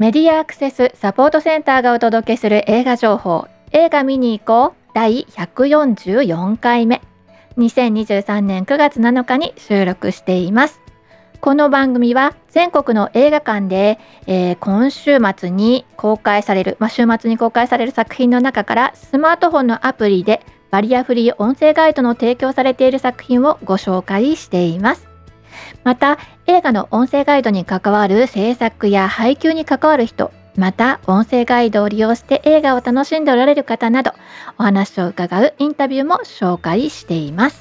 メディアアクセスサポートセンターがお届けする映画情報、映画見に行こう第144回目、2023年9月7日に収録しています。この番組は全国の映画館で、今週末に公開される、週末に公開される作品の中からスマートフォンのアプリでバリアフリー音声ガイドの提供されている作品をご紹介しています。また映画の音声ガイドに関わる制作や配給に関わる人、また音声ガイドを利用して映画を楽しんでおられる方など、お話を伺うインタビューも紹介しています。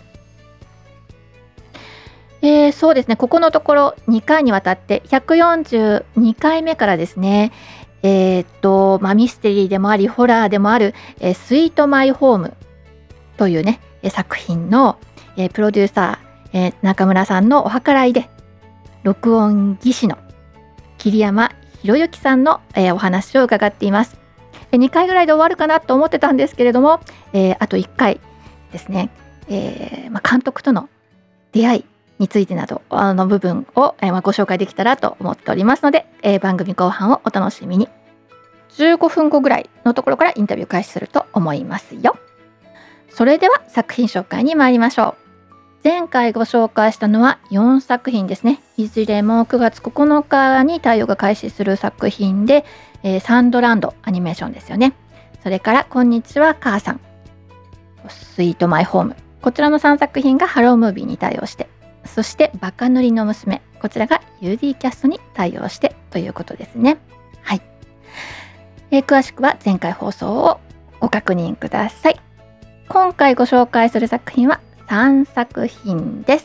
そうですね、ここのところ2回にわたって142回目からですね、ミステリーでもありホラーでもある、スイートマイホームというね作品の、プロデューサー、中村さんのお計らいで録音技師の桐山博之さんの、お話を伺っています。2回ぐらいで終わるかなと思ってたんですけれども、あと1回ですね、監督との出会いについてなどの部分を、ご紹介できたらと思っておりますので、番組後半をお楽しみに。15分後ぐらいのところからインタビュー開始すると思いますよ。それでは作品紹介に参りましょう。前回ご紹介したのは4作品ですね。いずれも9月9日に対応が開始する作品で、サンドランドアニメーションですよね。それからこんにちは母さん、スイートマイホーム、こちらの3作品がハロームービーに対応して、そしてバカ塗りの娘、こちらが UD キャストに対応してということですね。はい、詳しくは前回放送をご確認ください。今回ご紹介する作品は3作品です。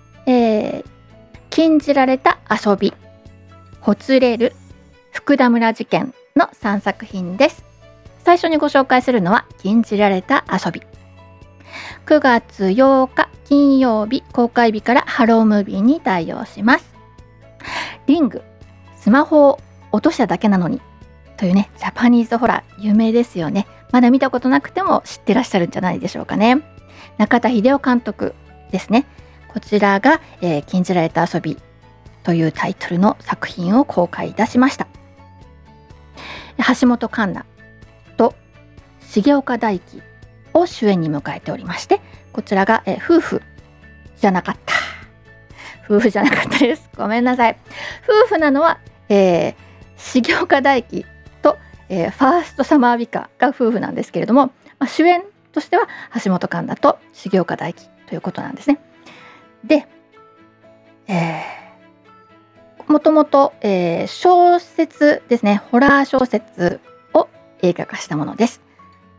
禁じられた遊び、ほつれる、福田村事件の3作品です。最初にご紹介するのは禁じられた遊び。9月8日金曜日公開日からハロームービーに対応します。リング、スマホを落としただけなのにというね、ジャパニーズホラー有名ですよね。まだ見たことなくても知ってらっしゃるんじゃないでしょうかね。中田秀夫監督ですね。こちらが、禁じられた遊びというタイトルの作品を公開いたしました。橋本環奈と重岡大毅を主演に迎えておりまして、こちらが、夫婦じゃなかったです。ごめんなさい。夫婦なのは、重岡大毅と、ファーストサマービカが夫婦なんですけれども、主演としては橋本環奈と重岡大毅ということなんですね。で、もともと小説ですね、ホラー小説を映画化したものです。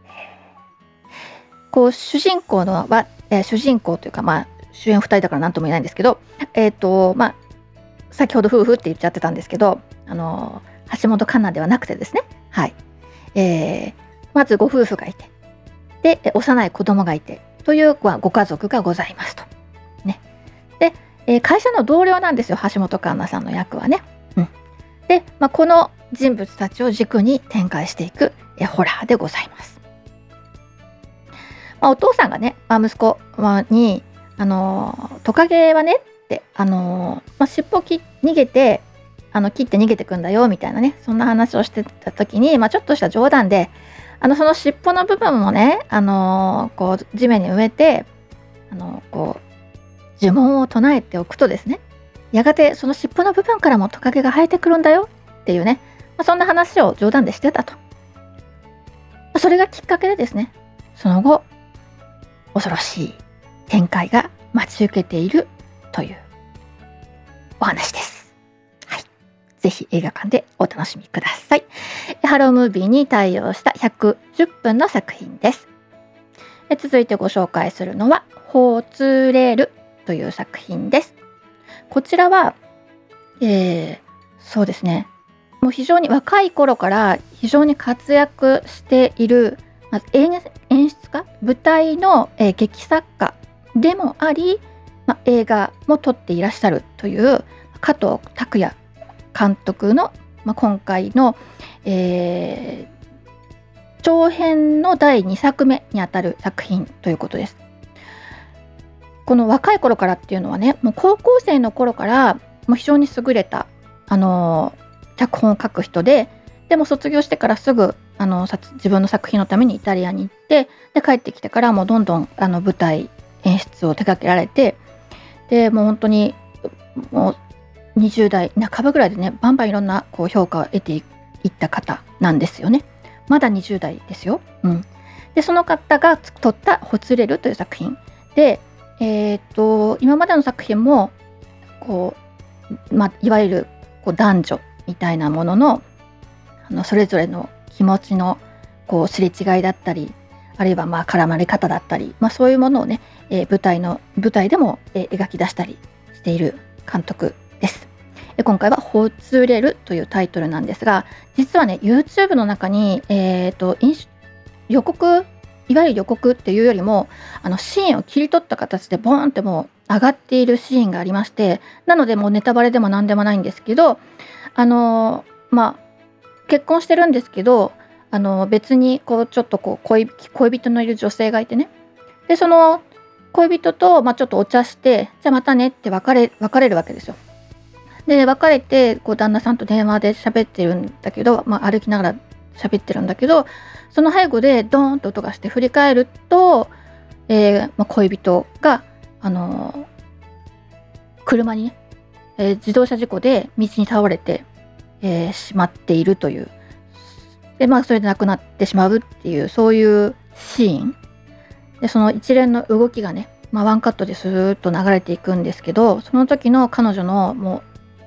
主人公のは、主人公というか、主演2人だから何とも言えないんですけど、先ほど夫婦って言っちゃってたんですけど、橋本環奈ではなくてですね、はい、まずご夫婦がいて、で幼い子供がいてというご家族がございますと、ね。で、会社の同僚なんですよ、橋本環奈さんの役はね。で、この人物たちを軸に展開していくホラーでございます。お父さんがね、息子にトカゲはねって、尻尾逃げて切って逃げてくんだよみたいなね、そんな話をしてた時に、ちょっとした冗談でその尻尾の部分をね、地面に植えて呪文を唱えておくとですね、やがてその尻尾の部分からもトカゲが生えてくるんだよっていうね、そんな話を冗談でしてたと。それがきっかけでですね、その後恐ろしい展開が待ち受けているというお話です。はい、ぜひ映画館でお楽しみください。ハロームービーに対応した110分の作品です。続いてご紹介するのはほつれるという作品です。こちらは、そうですね、もう非常に若い頃から非常に活躍している、演出家、舞台の、劇作家でもあり、映画も撮っていらっしゃるという加藤拓也監督の、今回の、長編の第2作目にあたる作品ということです。この若い頃からっていうのはね、もう高校生の頃からもう非常に優れた脚本を書く人で、でも卒業してからすぐ自分の作品のためにイタリアに行って、で帰ってきてからもうどんどん舞台演出を手掛けられて、でもう本当にもう20代半ばぐらいでね、バンバンいろんな評価を得ていった方なんですよね。まだ20代ですよ。でその方が撮った「ほつれる」という作品で、今までの作品もいわゆる男女みたいなもののそれぞれの気持ちのすれ違いだったり、あるいは絡まれ方だったり、そういうものをね、舞台でも描き出したりしている監督です。今回は「ほつれる」というタイトルなんですが、実はね YouTube の中に、予告、いわゆる予告っていうよりもシーンを切り取った形でボーンってもう上がっているシーンがありまして、なのでもうネタバレでも何でもないんですけど、結婚してるんですけど、別にちょっと恋人のいる女性がいてね、でその恋人とちょっとお茶して、じゃあまたねって別れるわけですよ。で別れて旦那さんと電話で喋ってるんだけど、歩きながら喋ってるんだけど、その背後でドーンと音がして振り返ると、恋人が車にね、自動車事故で道に倒れて、しまっているという、でそれで亡くなってしまうっていう、そういうシーンで、その一連の動きがね、ワンカットでスーッと流れていくんですけど、その時の彼女のもう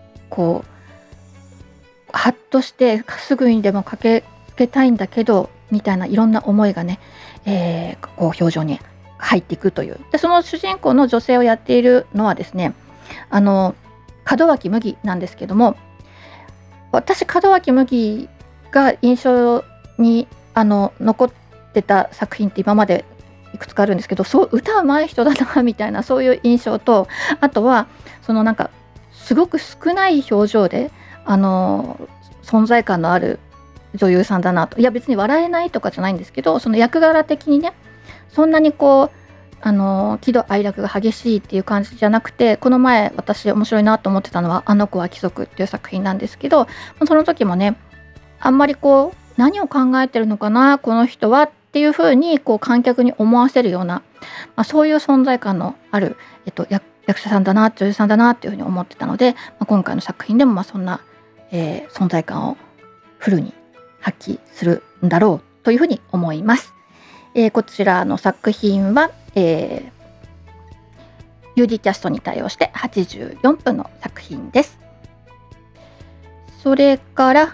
ハッとしてすぐにでも駆けつけたいんだけどみたいないろんな思いがね、表情に入っていくという。でその主人公の女性をやっているのはですね、門脇麦なんですけども、私門脇麦が印象に残ってた作品って今までいくつかあるんですけど、そう歌うまい人だなみたいな、そういう印象と、あとはなんかすごく少ない表情で存在感のある女優さんだなと。いや別に笑えないとかじゃないんですけど、その役柄的にね、そんなに喜怒哀楽が激しいっていう感じじゃなくて、この前私面白いなと思ってたのは「あの子は貴族」っていう作品なんですけど、その時もね、あんまり何を考えてるのかなこの人はっていう風に観客に思わせるような、そういう存在感のある、役者さんだな、女優さんだなっていう風に思ってたので、今回の作品でもそんな、存在感をフルに発揮するんだろうという風に思います。こちらの作品は、UD キャストに対応して84分の作品です。それから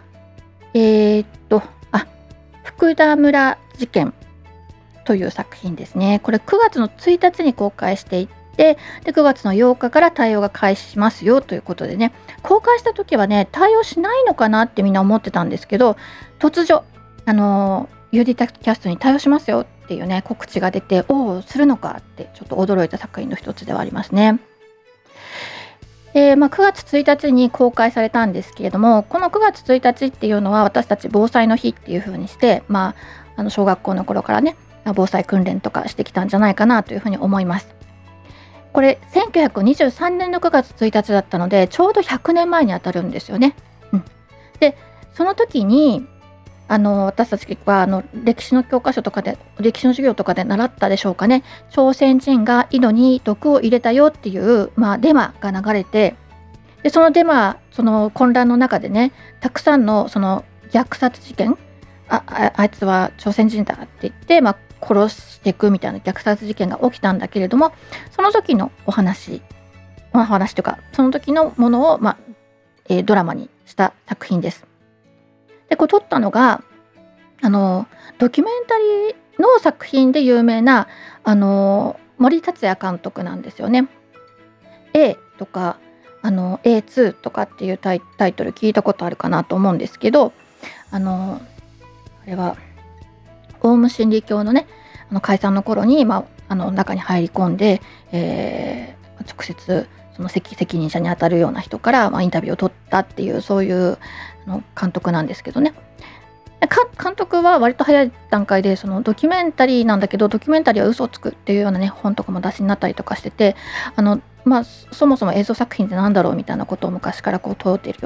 福田村事件という作品ですね。これ9月の1日に公開していて、で9月の8日から対応が開始しますよということでね、公開した時はね対応しないのかなってみんな思ってたんですけど、突如UD キャストに対応しますよっていうね告知が出て、おおするのかってちょっと驚いた作品の一つではありますね。9月1日に公開されたんですけれども、この9月1日っていうのは私たち防災の日っていう風にして、小学校の頃からね防災訓練とかしてきたんじゃないかなというふうに思います。これ1923年の9月1日だったので、ちょうど100年前にあたるんですよね。でその時に私たちは歴史の教科書とかで、歴史の授業とかで習ったでしょうかね。朝鮮人が井戸に毒を入れたよっていう、デマが流れて、でそのデマ、その混乱の中でね、たくさんのその虐殺事件、あいつは朝鮮人だって言って、殺していくみたいな虐殺事件が起きたんだけれども、その時のお話というか、その時のものを、ドラマにした作品です。でこれ撮ったのがドキュメンタリーの作品で有名な森達也監督なんですよね。A とかA2 とかっていうタイトル聞いたことあるかなと思うんですけど、あれはオウム真理教のね解散の頃に、中に入り込んで、直接その責任者にあたるような人から、インタビューを取ったっていう、そういう監督なんですけどね。監督は割と早い段階でそのドキュメンタリーなんだけど、ドキュメンタリーは嘘をつくっていうようなね本とかも出しになったりとかしてて、そもそも映像作品ってなんだろうみたいなことを昔から問うているような、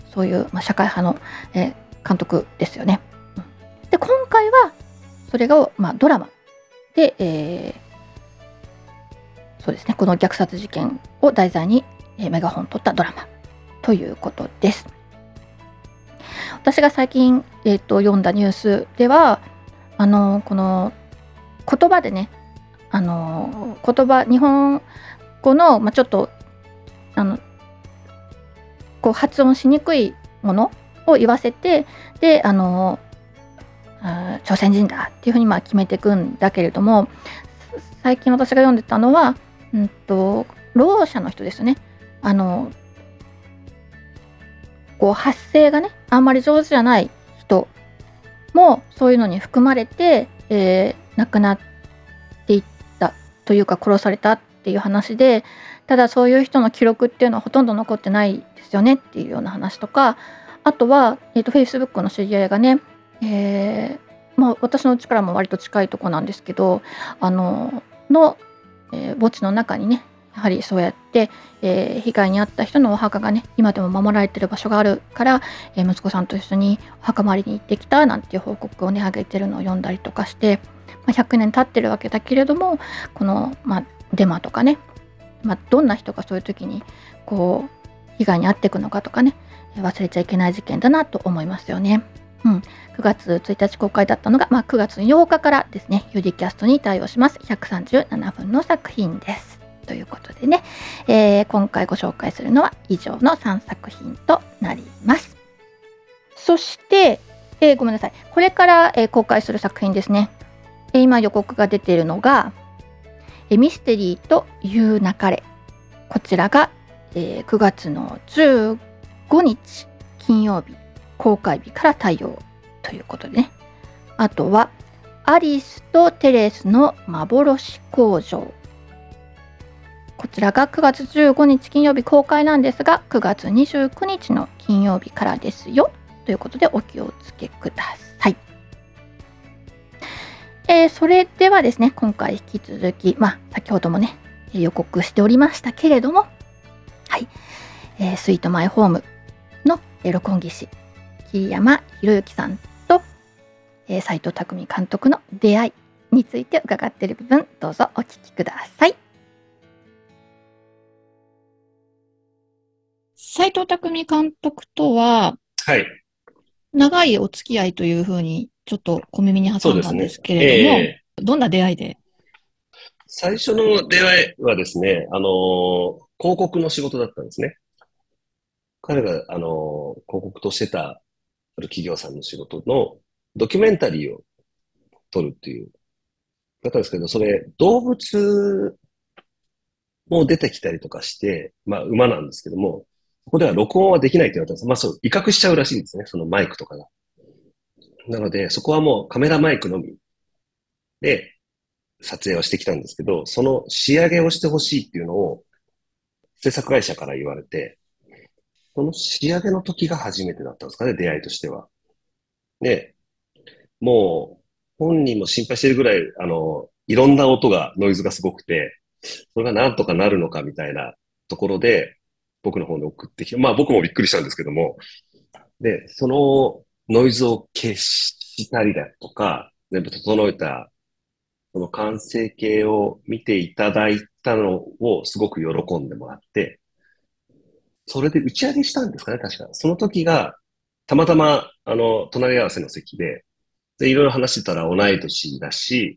そういう、社会派の、監督ですよね。で今回はそれが、ドラマで、そうですね、この虐殺事件を題材に、メガホンを取ったドラマということです。私が最近、読んだニュースではこの言葉でね、日本語の、ちょっとこう発音しにくいものを言わせて、で朝鮮人だっていうふうに決めていくんだけれども、最近私が読んでたのは、ろう者の人ですよね。こう発声がねあんまり上手じゃない人もそういうのに含まれて、亡くなっていったというか殺されたっていう話で、ただそういう人の記録っていうのはほとんど残ってないですよねっていうような話とか、あとは、Facebook の知り合いがね、私の家からも割と近いとこなんですけど、墓地の中にねやはりそうやって、被害に遭った人のお墓がね今でも守られている場所があるから、息子さんと一緒にお墓参りに行ってきたなんていう報告をね上げてるのを読んだりとかして、100年経ってるわけだけれども、この、デマとかね、どんな人がそういう時にこう被害に遭っていくのかとかね、忘れちゃいけない事件だなと思いますよね。9月1日公開だったのが、9月8日からですね、ユリキャストに対応します。137分の作品です。ということでね、今回ご紹介するのは以上の3作品となります。そして、ごめんなさい。これから、公開する作品ですね。今予告が出ているのが、ミステリーという流れ。こちらが、9月の15日金曜日公開日から対応ということでね。あとはアリスとテレスの幻工場。こちらが9月15日金曜日公開なんですが、9月29日の金曜日からですよということでお気をつけください。それではですね、今回引き続き、先ほどもね予告しておりましたけれども、はい、スイートマイホームの録音技師桐山博之さんと、斉藤匠監督の出会いについて伺っている部分、どうぞお聞きください。斉藤匠監督とは、 はい。 長いお付き合いというふうにちょっと小耳に挟んだんですけれども、どんな出会いで？ 最初の出会いはですね、広告の仕事だったんですね。彼が、広告としてたある企業さんの仕事のドキュメンタリーを撮るっていう、だったんですけど、それ、動物も出てきたりとかして、馬なんですけども、ここでは録音はできないって言われたんです。そう、威嚇しちゃうらしいですね、そのマイクとかが。なので、そこはもうカメラマイクのみで撮影をしてきたんですけど、その仕上げをしてほしいっていうのを制作会社から言われて、その仕上げの時が初めてだったんですかね、出会いとしては。で、もう、本人も心配してるぐらい、いろんな音が、ノイズがすごくて、それがなんとかなるのかみたいなところで、僕の方に送ってきて、僕もびっくりしたんですけども、で、そのノイズを消したりだとか、全部整えた、その完成形を見ていただいたのをすごく喜んでもらって、それで打ち上げしたんですかね、確か。その時が、たまたま、隣り合わせの席で、いろいろ話してたら同い年だし、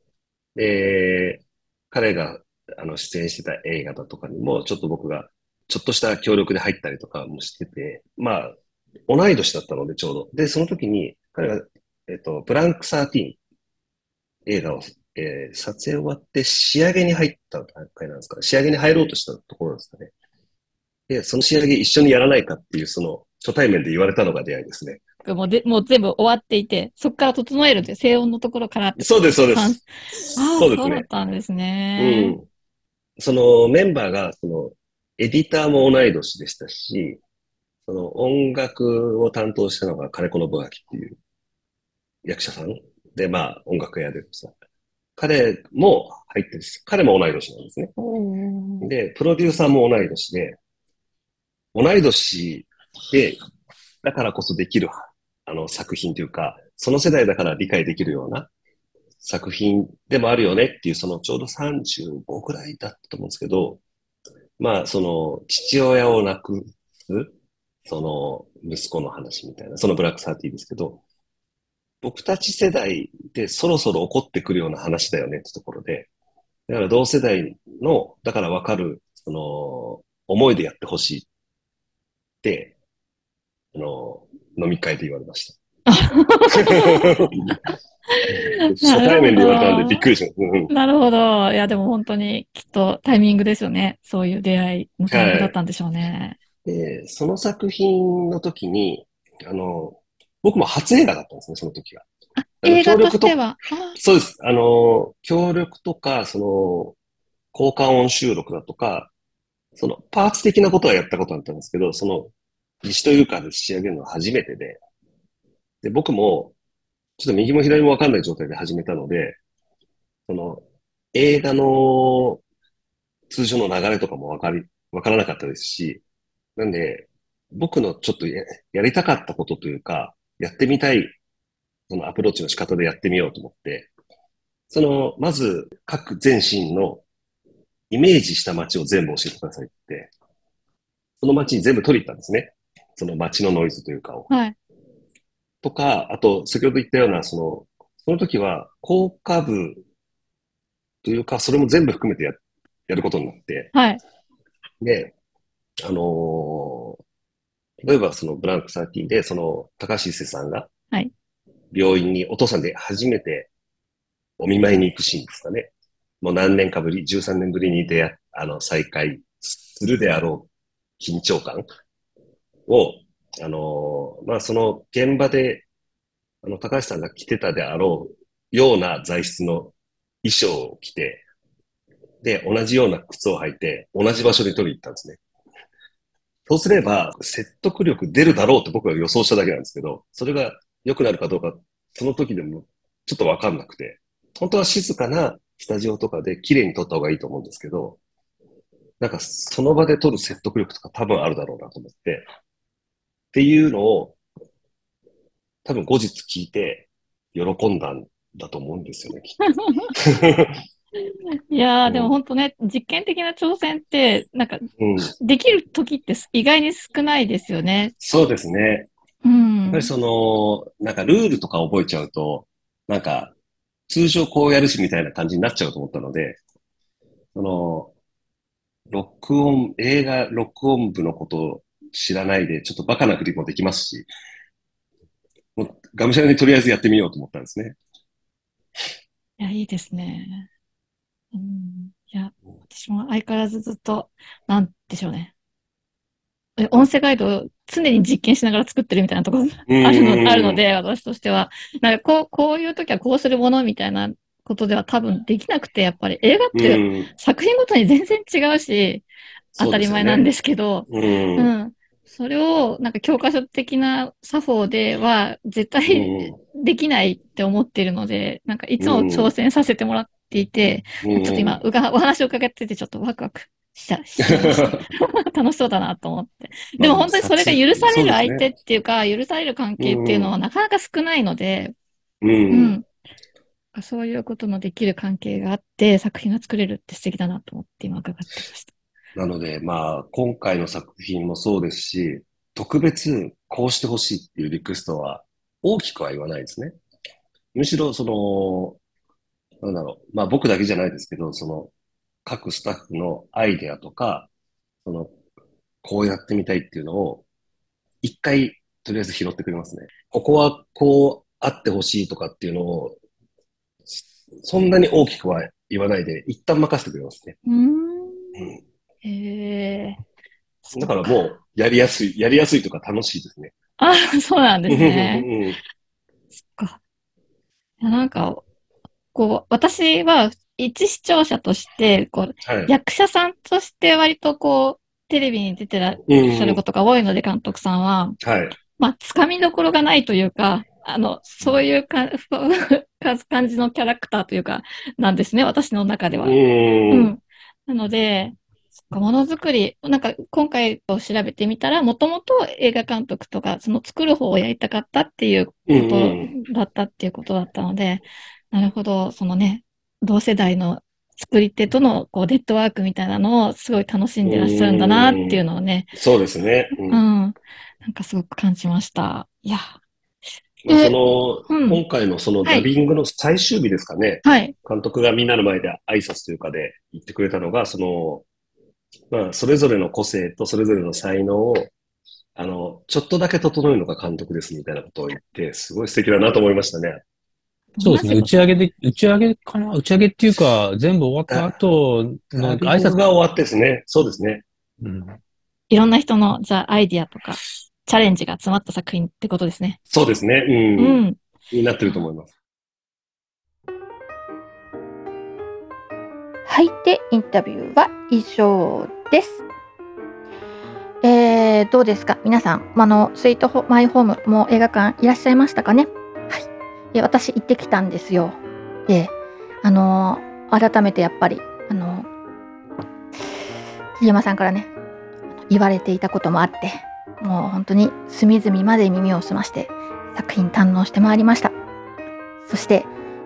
彼が、出演してた映画だとかにも、ちょっと僕が、ちょっとした協力で入ったりとかもしてて、同い年だったので、ちょうど。で、その時に、彼が、ブランク13映画を、撮影終わって仕上げに入った段階なんですかね。仕上げに入ろうとしたところですかね。で、その仕上げ一緒にやらないかっていう、その初対面で言われたのが出会いですね。 もう全部終わっていて、そこから整えるんですよ。静音のところからってそうです、そうです。そうですそうだっね。 たんですね。 うん。そのメンバーが、エディターも同い年でしたし、その音楽を担当したのが金子信明っていう役者さんで、音楽やるさ。彼も入ってるんです。彼も同い年なんですね。で、プロデューサーも同い年で、同い年でだからこそできる、作品というか、その世代だから理解できるような作品でもあるよねっていう、そのちょうど35ぐらいだったと思うんですけど、まあ、その、父親を亡くす、その、息子の話みたいな、そのブラックサーティーですけど、僕たち世代でそろそろ起こってくるような話だよねってところで、だから同世代の、だからわかる、その、思いでやってほしいって、飲み会で言われました。初対なるほ面で言われたんでびっど。 くりしました。うんうん。 なるほど。いや、でも本当にきっとタイミングですよね。そういう出会いのタイミングはい。 だったんでしょうね。 で、その作品の時に、あの、僕も初映画だったんですね、その時が。協映画と力と、 しては、あ、 そうです。協力とか、その、効果音収録だとか、その、パーツ的なことはやったことあったんですけど、その、自主というかで仕上げるのは初めてで、で、僕も、ちょっと右も左もわかんない状態で始めたので、その、映画の通常の流れとかもわからなかったですし、なんで、僕のちょっとやりたかったことというか、やってみたい、そのアプローチの仕方でやってみようと思って、その、まず、各全シーンのイメージした街を全部教えてくださいって、その街に全部取り入ったんですね。その街のノイズというかを。 はい。 とか、あと、先ほど言ったような、その時は、効果部というか、それも全部含めてやることになって、 はい。 で、あの例えばそのブランクサーティで、その高橋一生さんがはい。 病院にお父さんで初めてお見舞いに行くシーンですかね。もう何年かぶり、13年ぶりに再会するであろう緊張感を、まあ、その現場で、高橋さんが着てたであろうような材質の衣装を着て、で、同じような靴を履いて、同じ場所に取りに行ったんですね。そうすれば、説得力出るだろうって僕は予想しただけなんですけど、それが良くなるかどうか、その時でもちょっとわかんなくて、本当は静かなスタジオとかで綺麗に撮った方がいいと思うんですけど、なんかその場で撮る説得力とか多分あるだろうなと思って、っていうのを多分後日聞いて喜んだんだと思うんですよね、きっと。 いやー、でもうん、 本当ね、実験的な挑戦って、なんか、 うん、 できる時って意外に少ないですよね。 そうですね。 うん。 やっぱりその、なんかルールとか覚えちゃうと、なんか通常こうやるしみたいな感じになっちゃうと思ったので、その、映画録音部のことを知らないで、ちょっとバカな振りもできますし、もうがむしゃらにとりあえずやってみようと思ったんですね。 いや、いいですね。うん。いや、私も相変わらずずっと、なんでしょうね。音声ガイドを常に実験しながら作ってるみたいなところがうあるのーん。 で、私としては。なんかこういう時はこうするものみたいなことでは多分できなくて、やっぱり映画っうてーん。 作品ごとに全然違うし、当そうたですよね。 り前なんですけど、 うーん。 うん。それを、なんか教科書的な作法では絶う対ん。 できないって思っているので、なんかいうつも挑ん。 戦させてもらっていて、 うちょっと今、 ん。 お話を伺っててちょっとワクワクしちゃいました。楽しそうだなと思って。でまあでもも本当にそれが許されそうですね。 る相手っていうか、許される関う係っていうのはん。 なかなか少ないので、 うん。 うん。そういうことのできる関係があって作品が作れるって素敵だなと思って今伺ってました。 なので、まあ、今回の作品もそうですし、特別こうしてほしいっていうリクエストは大きくは言わないですね。むしろ、なんだろう。まあ僕だけじゃないですけど、各スタッフのアイデアとか、その、こうやってみたいっていうのを、一回、とりあえず拾ってくれますね。ここはこうあってほしいとかっていうのを、そんなに大きくは言わないで、一旦任せてくれますね。 うーん。 うへえ、 ん。 そうだからもか。 う、やりやすいとか楽しいですね。 あ、そうなんうですね。 ん。 そっか。いやなんか、私は一視聴者として、 はい。 役者さんとして割とテレビに出てらっうしゃるこん。 とが多いので、監督さんは、 はい。 まあ、つかみどころがないというか、そういう感じのキャラクターというか、なんですね、私の中でうは。うん。 ん。なので、 ものづくり、なんか今回調べてみたら、もともと映画監督とか、その作る方をやりたかったっていうこうんうとん。 だったっていうことだったので、なるほど、そのね、同世代の作り手とのこうネットワークみたいなのをすごい楽しんうでらっしゃるんだなっていうん。 のをね、 そうですね。 うん、なんかすごく感じました。いや、で、うん、 今回のそのはい、 ダビングの最終日ですかね。 はい、 監督がみんなの前で挨拶というかで言ってくれたのが、それぞれの個性とそれぞれの才能を、ちょっとだけ整えるのが監督ですみたいなことを言って、すごい素敵だなと思いましたね。 そうですね。打ち上げかな打ち上げっていうか、全部終わった後のダビングが終わってですね。そうですね。 うん、 いろんな人の、じゃあアイディアとか、チャレンジが詰まった作品ってことですね。 そうですね。 うん。 になってると思います。 はい。で、インタビューは以上です。どうですか皆さん、スイートマイホームも映画館いらっしゃいましたかね。はい。私行ってきたんですよ。改めてやっぱり、桐山さんからね、言われていたこともあって、もう本当に隅々まで耳を澄まして作品堪能してまいりました。そして、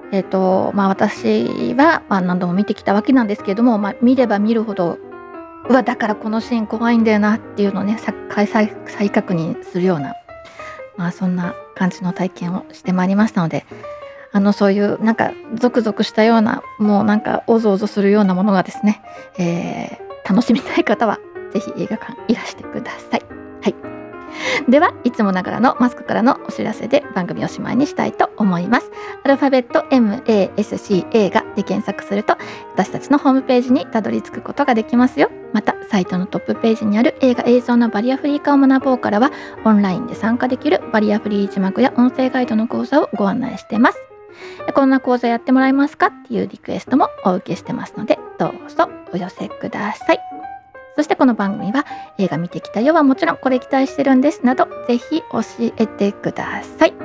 私は、何度も見てきたわけなんですけれども、見れば見るほど、だからこのシーン怖いんだよなっていうのをね、再確認するような、そんな感じの体験をしてまいりましたので、そういうなんかゾクゾクしたような、もうなんかおぞおぞするようなものがですね、楽しみたい方はぜひ映画館いらしてください。はい。ではいつもながらのマスクからのお知らせで番組をしまいにしたいと思います。アルファベット MASC 映画で検索すると私たちのホームページにたどり着くことができますよ。またサイトのトップページにある映画映像のバリアフリー化を学ぼうからはオンラインで参加できるバリアフリー字幕や音声ガイドの講座をご案内しています。こんな講座やってもらえますかっていうリクエストもお受けしてますのでどうぞお寄せください。そしてこの番組は映画見てきたよはもちろんこれ期待してるんですなどぜひ教えてください。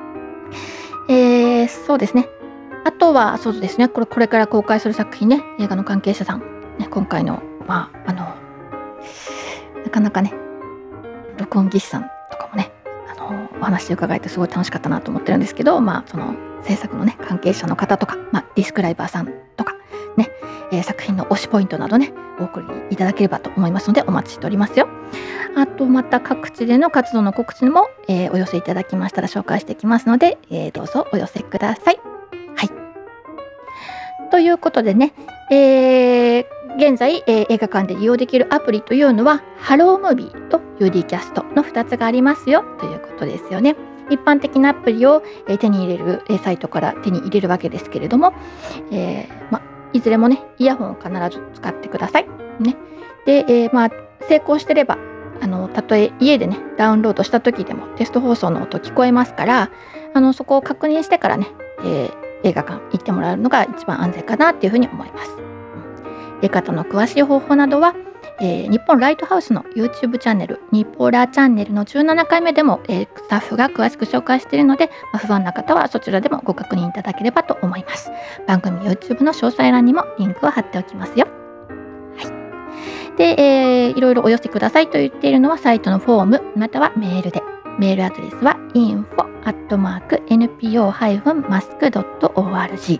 そうですね。あとはそうですね。これから公開する作品ね、映画の関係者さん、ね、今回のなかなかね録音技師さんとかもねお話伺えてすごい楽しかったなと思ってるんですけど、その制作のね関係者の方とか、ディスクライバーさんとかね、作品の推しポイントなどねお送りいただければと思いますのでお待ちしておりますよ。あとまた各地での活動の告知も、お寄せいただきましたら紹介していきますので、どうぞお寄せください。はい。ということでね、現在、映画館で利用できるアプリというのはハロームービーと UD キャストの2つがありますよということですよね。一般的なアプリを、手に入れる、サイトから手に入れるわけですけれども、いずれもねイヤホンを必ず使ってください。ね、で、成功してればたとえ家でねダウンロードした時でもテスト放送の音聞こえますからそこを確認してからね、映画館行ってもらうのが一番安全かなっていうふうに思います。出方の詳しい方法などは、日本ライトハウスの YouTube チャンネルニポラチャンネルの17回目でも、スタッフが詳しく紹介しているので、不安な方はそちらでもご確認いただければと思います。番組 YouTube の詳細欄にもリンクを貼っておきますよ。はい。で、いろいろお寄せくださいと言っているのはサイトのフォームまたはメールで、メールアドレスは info@npo-mask.org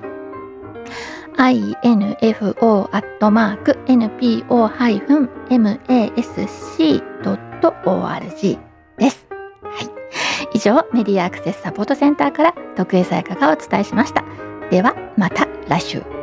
info-npo-mask.org です。はい。以上、メディアアクセスサポートセンターから徳江さやかがお伝えしました。ではまた来週。